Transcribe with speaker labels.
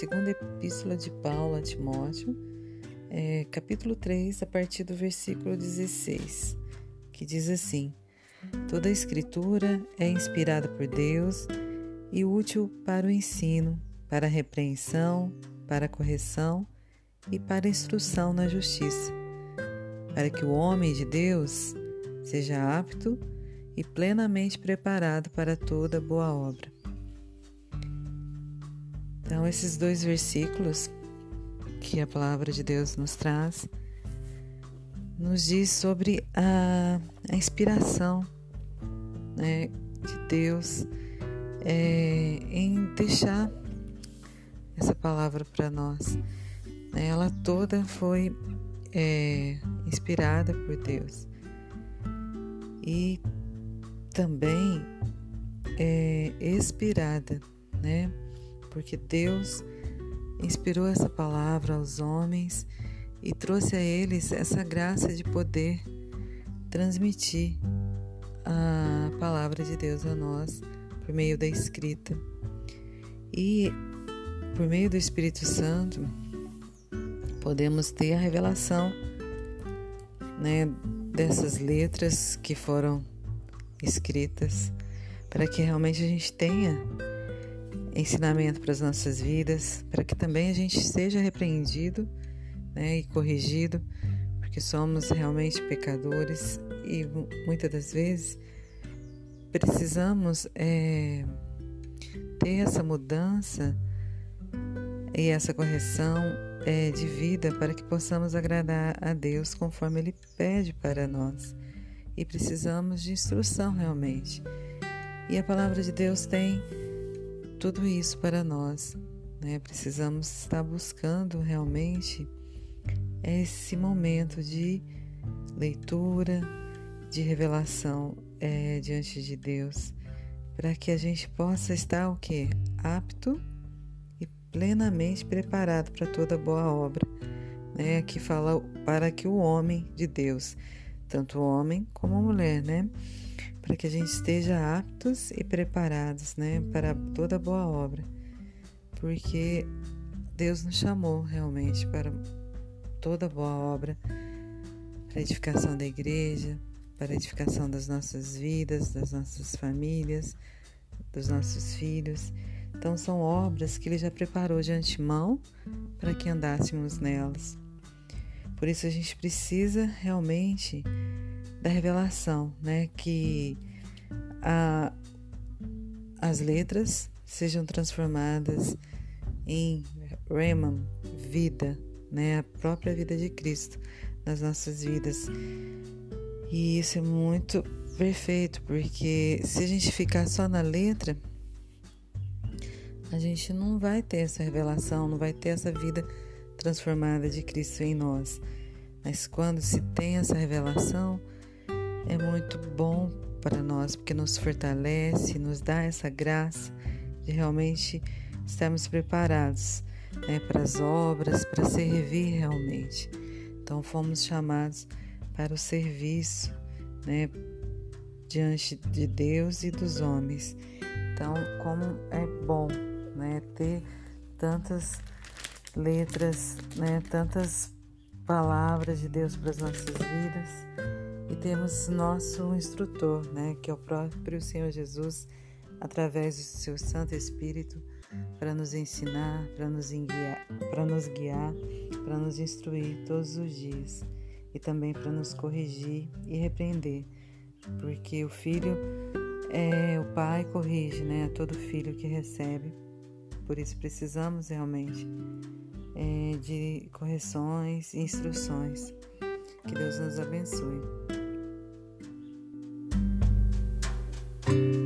Speaker 1: segunda epístola de Paulo a Timóteo, capítulo 3, a partir do versículo 16, que diz assim: Toda a escritura é inspirada por Deus e útil para o ensino, para a repreensão, para a correção e para a instrução na justiça, para que o homem de Deus seja apto e plenamente preparado para toda boa obra. Então, esses dois versículos que a palavra de Deus nos traz, nos diz sobre a inspiração, né, de Deus em deixar essa palavra para nós. Ela toda foi inspirada por Deus e também expirada, né? Porque Deus inspirou essa palavra aos homens e trouxe a eles essa graça de poder transmitir a palavra de Deus a nós por meio da escrita. E por meio do Espírito Santo podemos ter a revelação, né, dessas letras que foram escritas, para que realmente a gente tenha ensinamento para as nossas vidas, para que também a gente seja repreendido, né, e corrigido, porque somos realmente pecadores e muitas das vezes precisamos ter essa mudança e essa correção de vida para que possamos agradar a Deus conforme Ele pede para nós. E precisamos de instrução realmente. E a palavra de Deus tem tudo isso para nós, né? Precisamos estar buscando realmente esse momento de leitura, de revelação diante de Deus, para que a gente possa estar o quê? Apto e plenamente preparado para toda boa obra, né? Aqui fala para que o homem de Deus, tanto o homem como a mulher, né? Para que a gente esteja aptos e preparados, né, para toda boa obra, porque Deus nos chamou realmente para toda boa obra, para a edificação da igreja, para a edificação das nossas vidas, das nossas famílias, dos nossos filhos. Então são obras que Ele já preparou de antemão para que andássemos nelas. Por isso a gente precisa realmente da revelação, né? Que as letras sejam transformadas em Rhema, vida, né? A própria vida de Cristo nas nossas vidas. E isso é muito perfeito, porque se a gente ficar só na letra, a gente não vai ter essa revelação, não vai ter essa vida transformada de Cristo em nós. Mas quando se tem essa revelação, é muito bom para nós, porque nos fortalece, nos dá essa graça de realmente estarmos preparados, né, para as obras, para servir realmente. Então fomos chamados para o serviço, né, diante de Deus e dos homens. Então, como é bom, né, ter tantas letras, né, tantas palavras de Deus para as nossas vidas. E temos nosso instrutor, né, que é o próprio Senhor Jesus, através do seu Santo Espírito, para nos ensinar, para nos guiar, para nos instruir todos os dias e também para nos corrigir e repreender, porque o Pai corrige, né, a todo filho que recebe. Por isso precisamos realmente de correções e instruções. Que Deus nos abençoe.